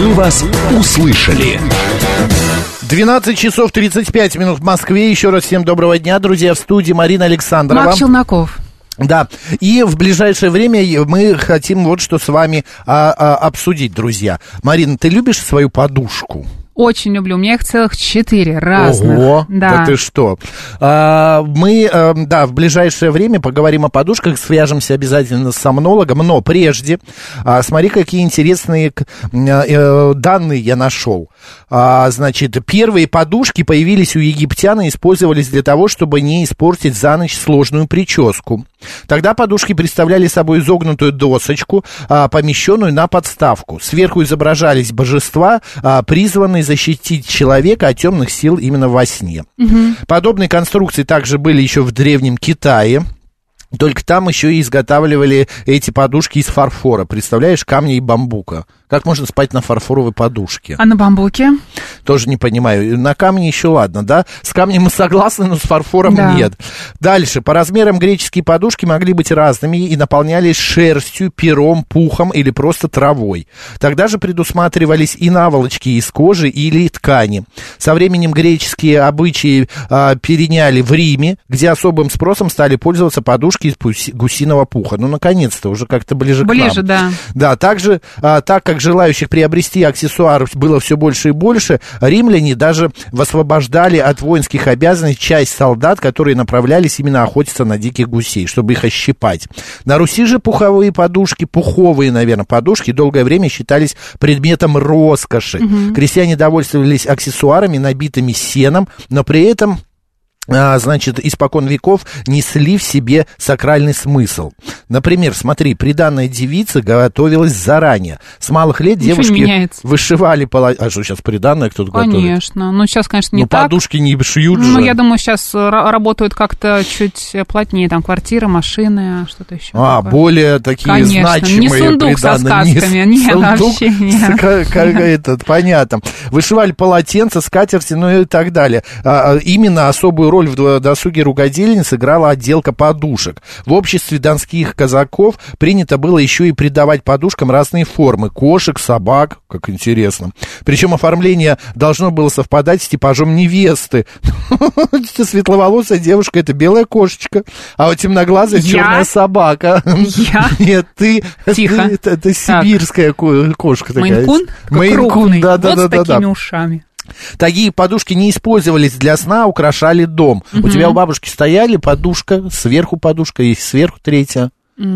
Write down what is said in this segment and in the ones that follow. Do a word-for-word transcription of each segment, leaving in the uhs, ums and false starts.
Мы вас услышали. двенадцать часов тридцать пять минут в Москве. Еще раз всем доброго дня, друзья. В студии Марина Александрова. Марк Челноков. Да, и в ближайшее время мы хотим вот что с вами а, а, обсудить, друзья. Марина, ты любишь свою подушку? Очень люблю. У меня их целых четыре разных. Ого, да. да ты что. А, мы, а, да, в ближайшее время поговорим о подушках, свяжемся обязательно с сомнологом, но прежде, а, смотри, какие интересные а, данные я нашел. А, значит, первые подушки появились у египтян и использовались для того, чтобы не испортить за ночь сложную прическу. Тогда подушки представляли собой изогнутую досочку, а, помещенную на подставку. Сверху изображались божества, а, призванные защитить человека от темных сил именно во сне. Угу. Подобные конструкции также были еще в Древнем Китае. Только там еще и изготавливали эти подушки из фарфора. Представляешь, камня и бамбука. Как можно спать на фарфоровой подушке? А на бамбуке? Тоже не понимаю. На камне еще ладно, да? С камнем мы согласны, но с фарфором да. нет. Дальше. По размерам греческие подушки могли быть разными и наполнялись шерстью, пером, пухом или просто травой. Тогда же предусматривались и наволочки из кожи или ткани. Со временем греческие обычаи а, переняли в Риме, где особым спросом стали пользоваться подушки из гусиного пуха. Ну, наконец-то, уже как-то ближе, ближе к нам. да. Да, также, а, так как желающих приобрести аксессуар было все больше и больше, римляне даже высвобождали от воинских обязанностей часть солдат, которые направлялись именно охотиться на диких гусей, чтобы их ощипать. На Руси же пуховые подушки, пуховые, наверное, подушки долгое время считались предметом роскоши. Угу. Крестьяне довольствовались аксессуарами, набитыми сеном, но при этом... А, значит, испокон веков несли в себе сакральный смысл. Например, смотри, приданная девица готовилась заранее. С малых лет Ничего девушки вышивали полотенце. А что, сейчас приданное кто-то Конечно. готовит? Конечно, ну сейчас, конечно, не ну, так. подушки не шьют же. Ну, я думаю, сейчас работают как-то чуть плотнее, там, квартиры, машины, что-то еще. А, такое. Более такие конечно. значимые не сундук приданные. со сказками, нет, вообще нет. Как, как это, понятно. Вышивали полотенца, скатерти, ну и так далее. А, именно особую роль в досуге рукодельниц играла отделка подушек. В обществе донских казаков принято было еще и придавать подушкам разные формы. Кошек, собак, как интересно. Причем оформление должно было совпадать с типажом невесты. Светловолосая девушка — это белая кошечка, а вот темноглазая — черная собака. Я? Нет, ты... Тихо. Это сибирская кошка такая. Мейн-кун? Мейн-кун, да-да-да. Вот с такими ушами. Такие подушки не использовались для сна, украшали дом. Угу. У тебя у бабушки стояли подушка, сверху подушка и сверху третья.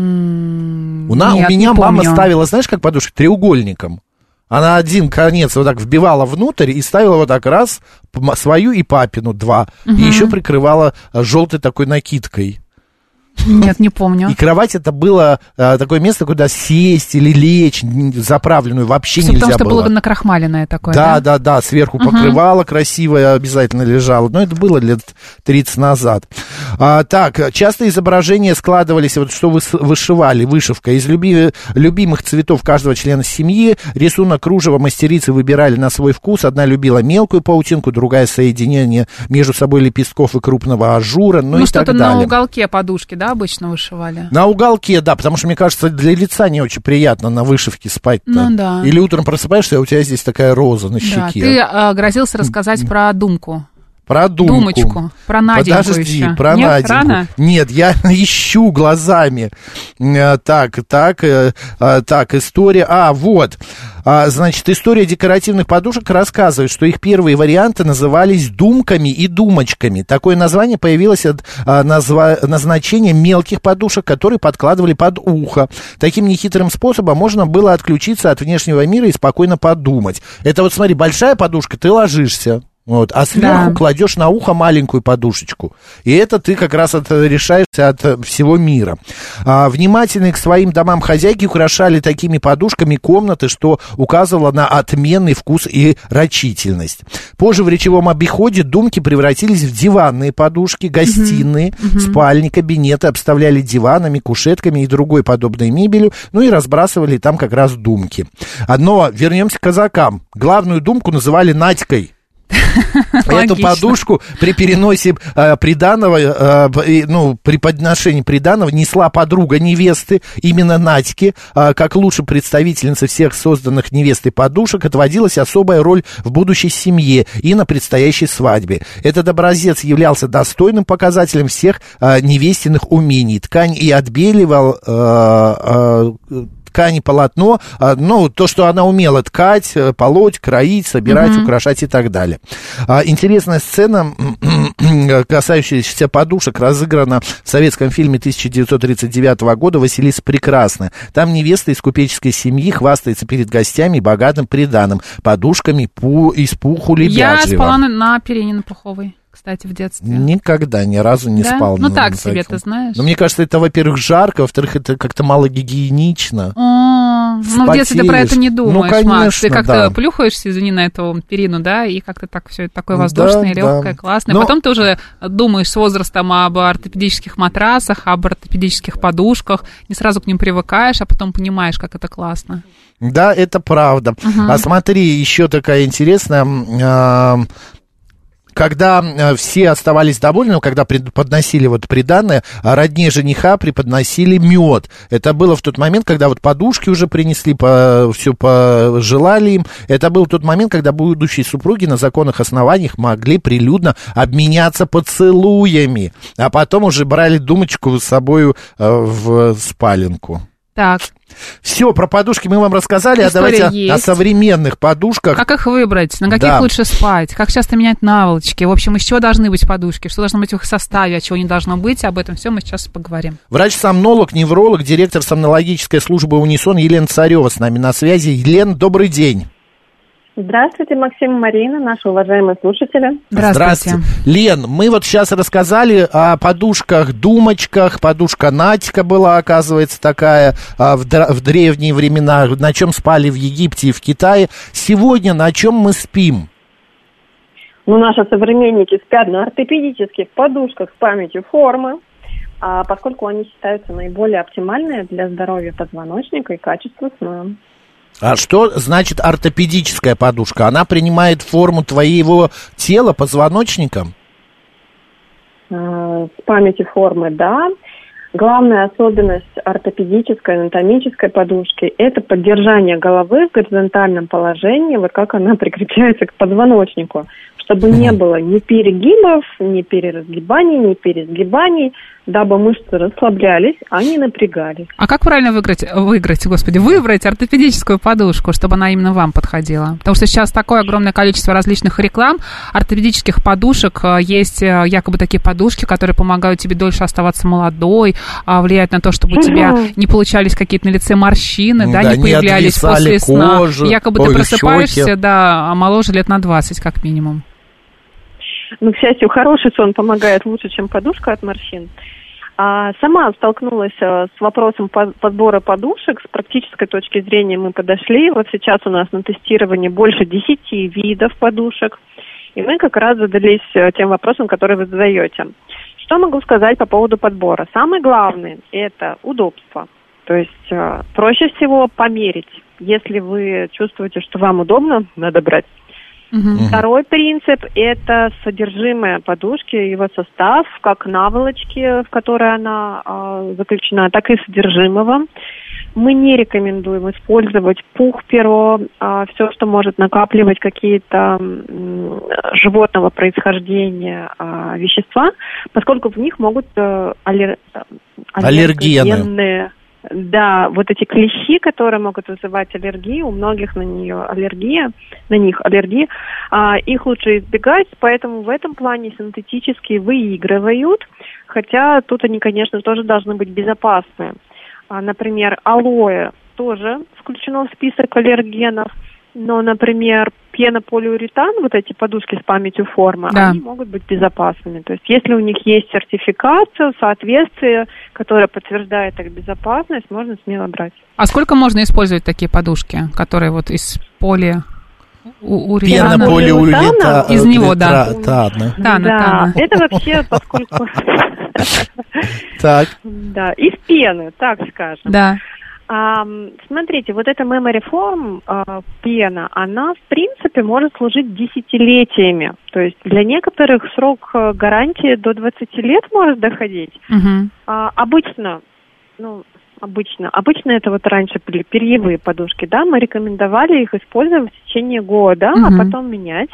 Mm, у, на, нет, у меня мама помню. ставила, знаешь, как подушка? Треугольником. Она один конец вот так вбивала внутрь и ставила вот так раз, свою и папину, два. Угу. И еще прикрывала желтой такой накидкой. Нет, не помню. И кровать это было а, такое место, куда сесть или лечь, заправленную вообще все нельзя было. Потому что было накрахмаленное такое, да? Да, да, да, сверху угу. покрывало красивое обязательно лежало. Но это было лет тридцать назад. А, так, часто изображения складывались, вот что вы вышивали, вышивка, из люби, любимых цветов каждого члена семьи. Рисунок кружева мастерицы выбирали на свой вкус. Одна любила мелкую паутинку, другая соединение между собой лепестков и крупного ажура, ну, ну и так далее. Ну, что-то на уголке подушки, да, обычно вышивали? На уголке, да, потому что, мне кажется, для лица не очень приятно на вышивке спать-то. Ну, да. Или утром просыпаешься, а у тебя здесь такая роза на щеке. Да, ты а, грозился рассказать про думку. Про думку. Думочку. Про Наденьку Подожди, еще. про Нет, Наденьку. Рано? Нет, я ищу глазами. Так, так, так, история. А, вот. Значит, история декоративных подушек рассказывает, что их первые варианты назывались думками и думочками. Такое название появилось от назва... назначения мелких подушек, которые подкладывали под ухо. Таким нехитрым способом можно было отключиться от внешнего мира и спокойно подумать. Это вот, смотри, большая подушка, ты ложишься. Вот, а сверху да. кладешь на ухо маленькую подушечку. И это ты как раз от, решаешься от всего мира. А, внимательные к своим домам хозяйки украшали такими подушками комнаты, что указывало на отменный вкус и рачительность. Позже в речевом обиходе думки превратились в диванные подушки, гостиные, mm-hmm. спальни, кабинеты, обставляли диванами, кушетками и другой подобной мебелью, ну и разбрасывали там как раз думки. Но вернемся к казакам. Главную думку называли Надькой. Эту подушку при переносе э, приданого, э, ну, при подношении приданого несла подруга невесты, именно Надьки, э, как лучшей представительница всех созданных невестой подушек, отводилась особая роль в будущей семье и на предстоящей свадьбе. Этот образец являлся достойным показателем всех э, невестиных умений. Ткань и отбеливал э, э, ткань и полотно, ну, то, что она умела ткать, полоть, кроить, собирать, uh-huh. украшать и так далее. Интересная сцена, касающаяся подушек, разыграна в советском фильме тысяча девятьсот тридцать девятого года «Василиса Прекрасная». Там невеста из купеческой семьи хвастается перед гостями богатым приданым, подушками пу- из пуху лебяжьего. Я спала на, на перине на пуховой, кстати, в детстве. Никогда, ни разу не да? спал. Ну, на, так на себе, ты знаешь. Но мне кажется, это, во-первых, жарко, во-вторых, это как-то мало гигиенично. А, ну, в детстве ты про это не думаешь, ну, конечно, Макс. Ты как-то да. плюхаешься, извини, на эту перину, да, и как-то так все это такое воздушное, да, легкое, да. классное. Но... Потом ты уже думаешь с возрастом об ортопедических матрасах, об ортопедических подушках, не сразу к ним привыкаешь, а потом понимаешь, как это классно. Да, это правда. Uh-huh. А смотри, еще такая интересная... Э- Когда все оставались довольны, когда подносили вот приданое, родне жениха преподносили мед. Это было в тот момент, когда вот подушки уже принесли, по, все пожелали им. Это был тот момент, когда будущие супруги на законных основаниях могли прилюдно обменяться поцелуями, а потом уже брали думочку с собой в спаленку. Так. Все, про подушки мы вам рассказали, история а давайте есть. О современных подушках. Как их выбрать, на каких да. лучше спать, как часто менять наволочки, в общем, из чего должны быть подушки, что должно быть в их составе, а чего не должно быть, об этом все мы сейчас поговорим. Врач-сомнолог, невролог, директор сомнологической службы «Унисон» Елена Царева с нами на связи. Елена, добрый день. Здравствуйте, Максим и Марина, наши уважаемые слушатели. Здравствуйте. Здравствуйте. Лен, мы вот сейчас рассказали о подушках-думочках. Подушка Надька была, оказывается, такая в, в древние времена, на чем спали в Египте и в Китае. Сегодня на чем мы спим? Ну, наши современники спят на ортопедических подушках с памятью формы, а поскольку они считаются наиболее оптимальными для здоровья позвоночника и качества сна. А что значит ортопедическая подушка? Она принимает форму твоего тела, позвоночника? С памятью формы, да. Главная особенность ортопедической, анатомической подушки – это поддержание головы в горизонтальном положении, вот как она прикрепляется к позвоночнику, чтобы не было ни перегибов, ни переразгибаний, ни пересгибаний, дабы мышцы расслаблялись, а не напрягались. А как правильно выиграть, выиграть, господи, выбрать ортопедическую подушку, чтобы она именно вам подходила? Потому что сейчас такое огромное количество различных реклам, ортопедических подушек, есть якобы такие подушки, которые помогают тебе дольше оставаться молодой, влияют на то, чтобы у тебя не получались какие-то на лице морщины, да, да, не появлялись после сна. Кожу, якобы ой, ты просыпаешься, щеки. да, моложе лет на двадцать как минимум. Ну, к счастью, хороший сон помогает лучше, чем подушка от морщин. А сама столкнулась с вопросом подбора подушек. С практической точки зрения мы подошли. Вот сейчас у нас на тестировании больше десяти видов подушек. И мы как раз задались тем вопросом, который вы задаете. Что могу сказать по поводу подбора? Самое главное – это удобство. То есть проще всего померить. Если вы чувствуете, что вам удобно, надо брать. Uh-huh. Второй принцип – это содержимое подушки, его состав, как наволочки, в которой она э, заключена, так и содержимого. Мы не рекомендуем использовать пух, перо, э, все, что может накапливать какие-то э, животного происхождения э, вещества, поскольку в них могут э, аллер... аллергены. Да, вот эти клещи, которые могут вызывать аллергию, у многих на нее аллергия, на них аллергия, а, их лучше избегать, поэтому в этом плане синтетические выигрывают, хотя тут они, конечно, тоже должны быть безопасны. А, например, алоэ тоже включено в список аллергенов, но, например, пенополиуретан, вот эти подушки с памятью формы, да. Они могут быть безопасными. То есть, если у них есть сертификация, соответствие, которое подтверждает их безопасность, можно смело брать. А сколько можно использовать такие подушки, которые вот из поли... Уретана? Пенополиуретана? Из него, да. Да, да, да. Это вообще, поскольку... Так. Да, из пены, так скажем. Да. А, смотрите, вот эта memory foam а, пена, она, в принципе, может служить десятилетиями. То есть для некоторых срок гарантии до двадцати лет может доходить. Угу. А, обычно, ну, обычно, обычно это вот раньше были перьевые подушки, да, мы рекомендовали их использовать в течение года, угу. а потом менять.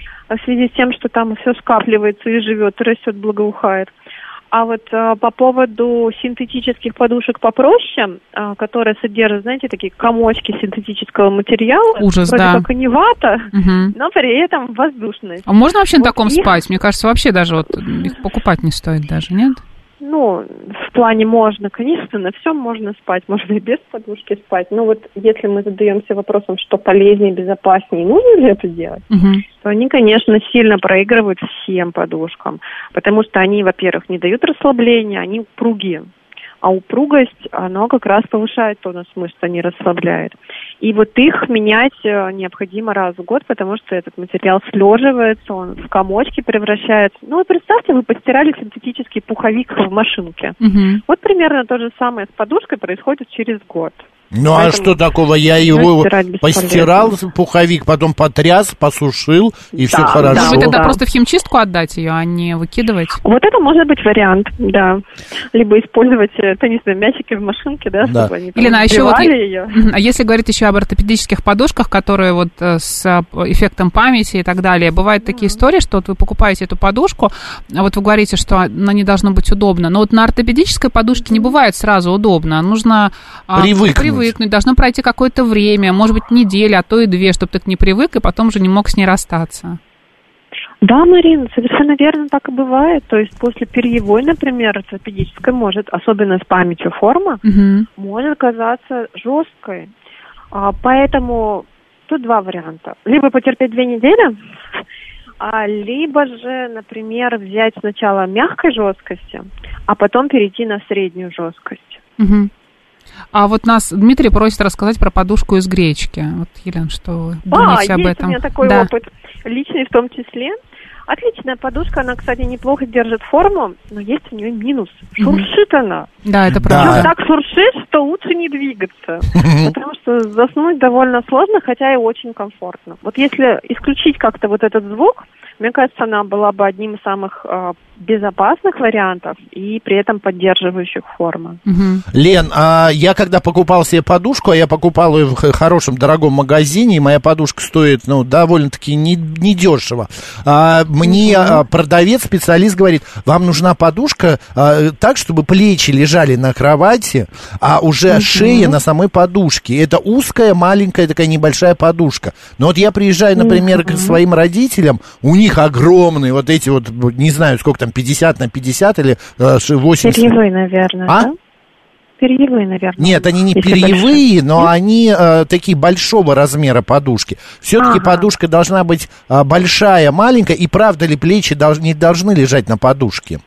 В связи с тем, что там все скапливается и живет, и растет, благоухает. А вот а, по поводу синтетических подушек попроще, а, которые содержат, знаете, такие комочки синтетического материала. Ужас, вроде да. как и не вата, угу. но при этом воздушность. А можно вообще вот на таком их... спать? Мне кажется, вообще даже вот их покупать не стоит даже, нет? Ну, в плане можно, конечно, на всем можно спать, можно и без подушки спать. Но вот если мы задаемся вопросом, что полезнее, безопаснее, нужно ли это делать, угу. то они, конечно, сильно проигрывают всем подушкам. Потому что они, во-первых, не дают расслабления, они упругие. А упругость, она как раз повышает тонус мышц, а не расслабляет. И вот их менять необходимо раз в год, потому что этот материал слеживается, он в комочки превращается. Ну, вот представьте, вы постирали синтетический пуховик в машинке. Угу. Вот примерно то же самое с подушкой происходит через год. Ну, Поэтому а что такого? Я его постирал, пуховик, потом потряс, посушил, и да, все хорошо. Может быть, тогда да. просто в химчистку отдать ее, а не выкидывать? Вот это может быть вариант, да. Либо использовать теннисные мячики в машинке, да, да. чтобы они Елена, а еще вот, ее. А если говорить еще об ортопедических подушках, которые вот с эффектом памяти и так далее, бывают mm-hmm. такие истории, что вот вы покупаете эту подушку, а вот вы говорите, что она не должна быть удобна, но вот на ортопедической подушке mm-hmm. не бывает сразу удобно, нужно привыкнуть. привыкнуть. Привыкнуть, должно пройти какое-то время, может быть, неделя, а то и две, чтобы ты к ней привык, и потом уже не мог с ней расстаться. Да, Марина, совершенно верно, так и бывает. То есть после перьевой, например, ортопедической может, особенно с памятью форма, угу. может казаться жесткой. А, поэтому тут два варианта. Либо потерпеть две недели, а, либо же, например, взять сначала мягкой жесткости, а потом перейти на среднюю жесткость. Угу. А вот нас Дмитрий просит рассказать про подушку из гречки. Вот, Елена, что вы думаете а, об есть этом? У меня такой да. опыт, личный в том числе. Отличная подушка, она, кстати, неплохо держит форму, но есть у нее минус. Шуршит mm-hmm. она. Да, это правда. Причем так шуршит, что лучше не двигаться. Потому что заснуть довольно сложно, хотя и очень комфортно. Вот если исключить как-то вот этот звук, мне кажется, она была бы одним из самых э, безопасных вариантов и при этом поддерживающих форму. Угу. Лен, а я когда покупал себе подушку, а я покупал ее в хорошем дорогом магазине, и моя подушка стоит, ну, довольно-таки недешево. А, мне угу. продавец, специалист говорит, вам нужна подушка а, так, чтобы плечи лежали на кровати, а уже угу. шея на самой подушке. Это узкая, маленькая такая небольшая подушка. Но вот я приезжаю, например, угу. к своим родителям, у них огромные вот эти вот, не знаю, сколько там, пятьдесят на пятьдесят или восемьдесят. Перьевые, наверное, а? да? Перьевые, наверное. Нет, они не перьевые, но Нет? они э, такие большого размера подушки. Все-таки ага. подушка должна быть э, большая, маленькая, и правда ли плечи долж, не должны лежать на подушке?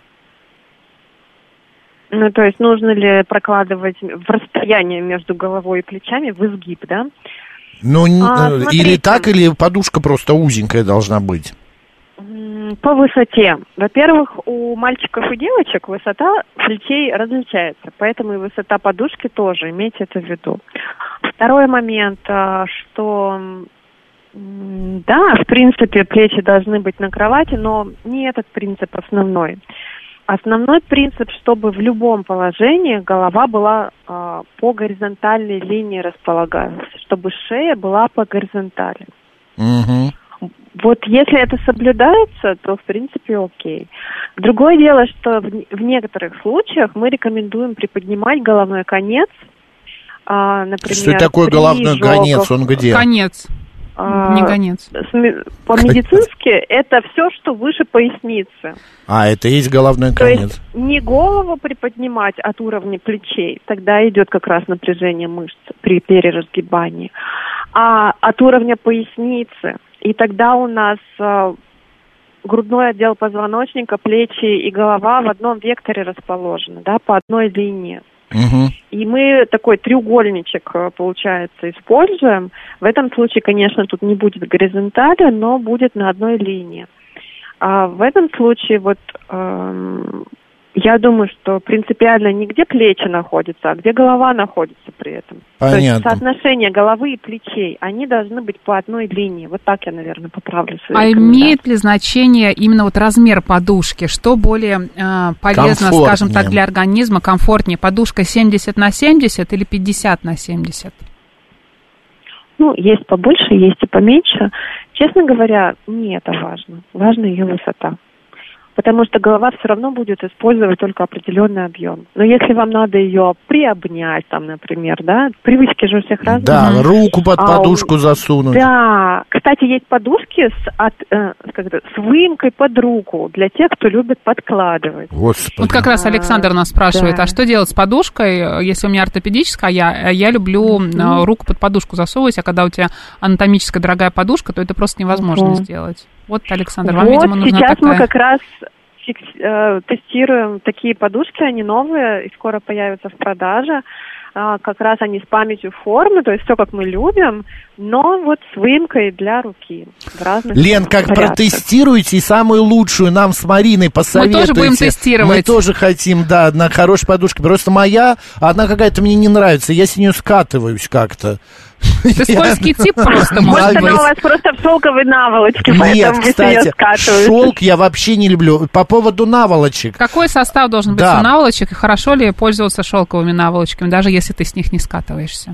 Ну, то есть нужно ли прокладывать в расстояние между головой и плечами в изгиб, да? Ну, а, или так, или подушка просто узенькая должна быть? По высоте. Во-первых, у мальчиков и девочек высота плечей различается, поэтому и высота подушки тоже, имейте это в виду. Второй момент, что, да, в принципе, плечи должны быть на кровати, но не этот принцип основной. Основной принцип, чтобы в любом положении голова была э, по горизонтальной линии располагалась, чтобы шея была по горизонтали. Угу. Вот если это соблюдается, то в принципе окей. Другое дело, что в, в некоторых случаях мы рекомендуем приподнимать головной конец, э, например. Что такое головной конец? Он где? Конец. А, не конец. По-медицински это все, что выше поясницы. А, это и есть головной То конец. есть не голову приподнимать от уровня плечей, тогда идет как раз напряжение мышц при переразгибании, а от уровня поясницы. И тогда у нас э, грудной отдел позвоночника, плечи и голова в одном векторе расположены, да, по одной линии. Угу. И мы такой треугольничек, получается, используем. В этом случае, конечно, тут не будет горизонтали, но будет на одной линии. А в этом случае вот эм, Я думаю, что принципиально не где плечи находятся, а где голова находится при этом. Понятно. То есть соотношение головы и плечей, они должны быть по одной линии. Вот так я, наверное, поправлю свои А имеет ли значение именно вот размер подушки? Что более э, полезно, скажем так, для организма, комфортнее? Подушка семьдесят на семьдесят или пятьдесят на семьдесят? Ну, есть побольше, есть и поменьше. Честно говоря, не это важно. Важна ее высота. Потому что голова все равно будет использовать только определенный объем. Но если вам надо ее приобнять, там, например, да, привычки же у всех разные. Да, руку под а, подушку засунуть. Да, кстати, есть подушки с, от, э, как-то, с выемкой под руку для тех, кто любит подкладывать. Господи. Вот как раз Александр нас спрашивает, да. а что делать с подушкой, если у меня ортопедическая, я, я люблю mm-hmm. руку под подушку засовывать, а когда у тебя анатомическая дорогая подушка, то это просто невозможно mm-hmm. сделать. Вот, Александр, вам, вот, видимо, нужна сейчас такая... мы как раз фикс, э, тестируем такие подушки, они новые и скоро появятся в продаже. А, как раз они с памятью формы, то есть все, как мы любим, но вот с выемкой для руки. В разных Лен, как порядках. Протестируйте и самую лучшую нам с Мариной посоветуйте. Мы тоже будем тестировать. Мы тоже хотим, да, на хорошей подушке. Просто моя, она какая-то мне не нравится, я с нее скатываюсь как-то. Ты скользкий тип просто, может быть. Она у вас просто в шелковой наволочке, поэтому вы с нее скатываете. Шелк я вообще не люблю. По поводу наволочек. Какой состав должен быть у наволочек, и хорошо ли пользоваться шелковыми наволочками, даже если ты с них не скатываешься?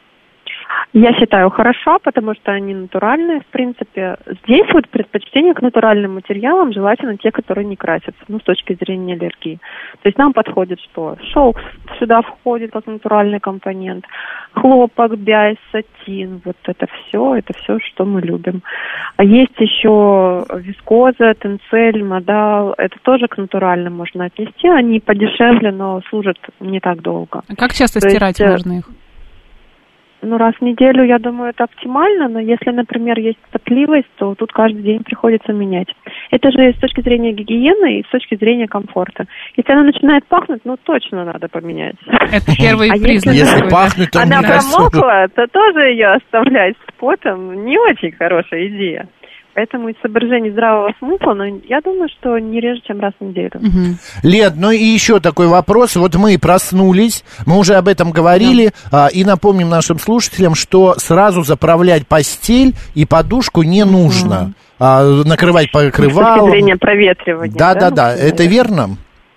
Я считаю, хорошо, потому что они натуральные, в принципе. Здесь вот предпочтение к натуральным материалам желательно те, которые не красятся, ну, с точки зрения аллергии. То есть нам подходит что? Шелк сюда входит как натуральный компонент, хлопок, бязь, сатин, вот это все, это все, что мы любим. А есть еще вискоза, тенцель, модал, это тоже к натуральным можно отнести, они подешевле, но служат не так долго. А как часто То стирать есть, можно их? Ну, раз в неделю, я думаю, это оптимально, но если, например, есть потливость, то тут каждый день приходится менять. Это же с точки зрения гигиены и с точки зрения комфорта. Если она начинает пахнуть, ну, точно надо поменять. Это первый а признак. Если, если пахнет, то она не промокла, то тоже ее оставлять с потом не очень хорошая идея. Поэтому из соображений здравого смысла, но я думаю, что не реже, чем раз в неделю. Угу. Лен, ну и еще такой вопрос. Вот мы проснулись, мы уже об этом говорили, да. а, и напомним нашим слушателям, что сразу заправлять постель и подушку не нужно. Угу. А, накрывать покрывалом. С точки зрения проветривания. Да-да-да, это верно?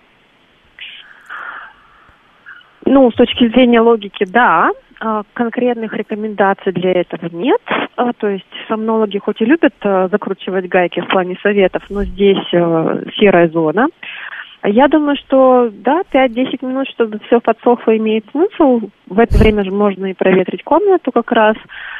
Ну, с точки зрения логики, да. Конкретных рекомендаций для этого нет. То есть сомнологи хоть и любят закручивать гайки в плане советов, но здесь серая зона. Я думаю, что да, пять-десять минут, чтобы все подсохло, имеет смысл. В это время же можно и проветрить комнату как раз.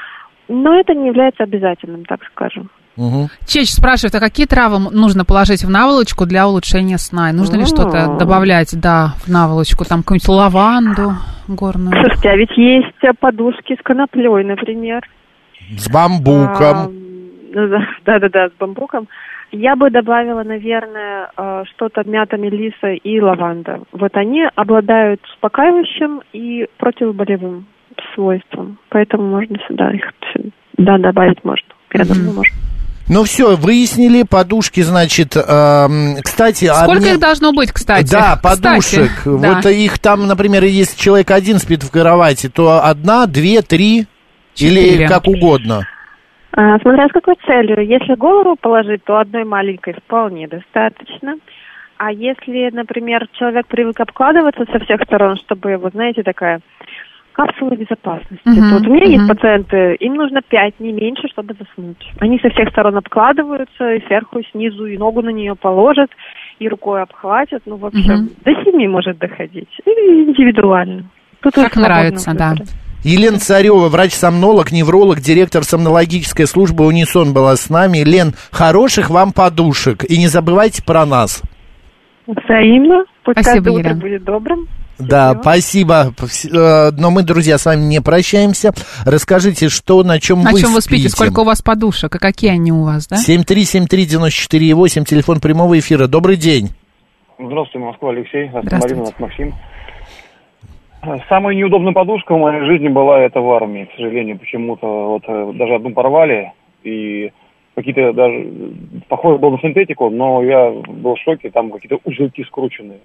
Но это не является обязательным, так скажем. Угу. Чеч спрашивает, а какие травы нужно положить в наволочку для улучшения сна? И нужно ли что-то добавлять, да, в наволочку? Там какую-нибудь лаванду горную? Слушайте, а ведь есть подушки с коноплей, например. С бамбуком. Да-да-да, с бамбуком. Я бы добавила, наверное, что-то мята, мелисса и лаванда. Вот они обладают успокаивающим и противоболевым свойством. Поэтому можно сюда их, да, добавить можно. Я думаю, можно. Ну все, выяснили, подушки, значит, э, кстати... Сколько мне... их должно быть, кстати? Да, подушек. Кстати, вот да. Их там, например, если человек один спит в кровати, то одна, две, три, четыре. Или как угодно. А, смотря с какой целью. Если голову положить, то одной маленькой вполне достаточно. А если, например, человек привык обкладываться со всех сторон, чтобы, вот знаете, такая... капсулы безопасности. Uh-huh, вот у меня uh-huh. есть пациенты, им нужно пять, не меньше, чтобы заснуть. Они со всех сторон обкладываются, и сверху, и снизу, и ногу на нее положат, и рукой обхватят. Ну, в общем, uh-huh. до семи может доходить. Или индивидуально. Тут как нравится, да. Елена Царева, врач-сомнолог, невролог, директор сомнологической службы «Унисон» была с нами. Лен, хороших вам подушек. И не забывайте про нас. Взаимно. Пусть Спасибо, каждое утро Елена. будет добрым. Да, спасибо. Но мы, друзья, с вами не прощаемся. Расскажите, что, на чем на вы чем спите? вы спите, сколько у вас подушек, и какие они у вас, да? семь три семь три девять четыре восемь, телефон прямого эфира. Добрый день. Здравствуйте, Москва, Алексей. Здравствуйте. Марина, Максим. Самая неудобная подушка в моей жизни была это в армии, к сожалению, почему-то. Вот даже одну порвали, и какие-то даже... Похоже было на синтетику, но я был в шоке, там какие-то узелки скрученные.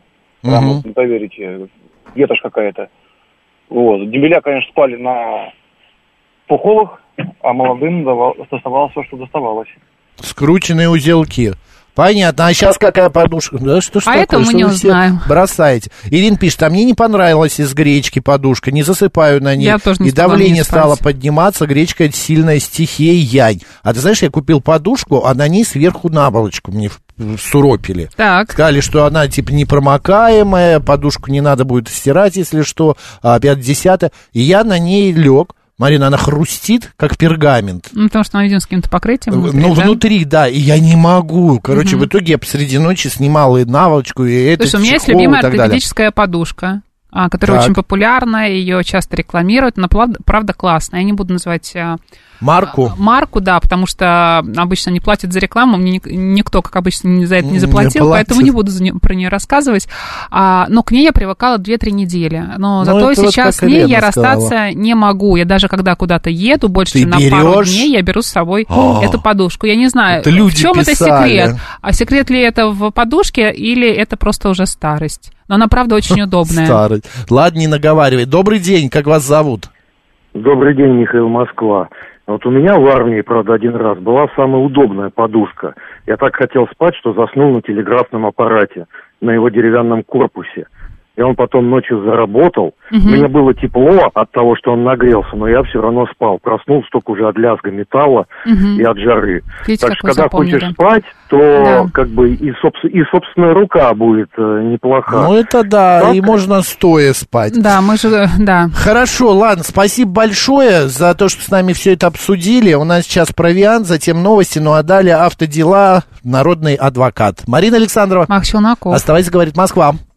Прям, Угу. вот, не поверите, ветошь какая-то. Вот. Дембеля, конечно, спали на пуховых, а молодым давал, доставалось все, что доставалось. Скрученные узелки. Понятно. А сейчас какая подушка? Да что ж А такое? это мы Что не вы все узнаем. бросаете. Ирина пишет, а мне не понравилась из гречки подушка, не засыпаю на ней. Я тоже не И смогла давление не спать. стало подниматься, гречка это сильная стихия янь. А ты знаешь, я купил подушку, а на ней сверху наволочку мне суропили. Так. Сказали, что она типа непромокаемая, подушку не надо будет стирать, если что, а пятьдесят. И я на ней лег. Марина, она хрустит, как пергамент. Ну, потому что она, видимо, с каким-то покрытием внутри, Ну, да? внутри, да, и я не могу. Короче, угу. в итоге я посреди ночи снимал и наволочку, и это. Слушай, у меня есть любимая ортопедическая подушка, которая так. очень популярна, ее часто рекламируют, но правда классная. Я не буду называть... Марку? Марку, да, потому что обычно не платят за рекламу, мне никто, как обычно, за это не заплатил, не поэтому не буду про нее рассказывать. А, но к ней я привыкала две-три недели. Но ну, зато сейчас вот с ней я расстаться сказала. не могу. Я даже когда куда-то еду, больше, Ты чем берешь? на пару дней, я беру с собой О, эту подушку. Я не знаю, это люди в чем писали. это секрет. А секрет ли это в подушке или это просто уже старость? Но она, правда, очень удобная. Старость. Ладно, не наговаривай. Добрый день, как вас зовут? Добрый день, Михаил, Москва. Вот у меня в армии, правда, один раз была самая удобная подушка. Я так хотел спать, что заснул на телеграфном аппарате, на его деревянном корпусе. И он потом ночью заработал. Угу. Мне было тепло от того, что он нагрелся, но я все равно спал. Проснулся только уже от лязга металла угу. и от жары. Видите, так что, когда запомнили. хочешь спать, то да. как бы и, собс- и собственная рука будет э, неплоха. Ну, это да, так? И можно стоя спать. Да, мы же, да. Хорошо, ладно, спасибо большое за то, что с нами все это обсудили. У нас сейчас провиант, затем новости, ну а далее автодела, народный адвокат. Марина Александрова. Мах Челноков. Оставайтесь, говорит Москва.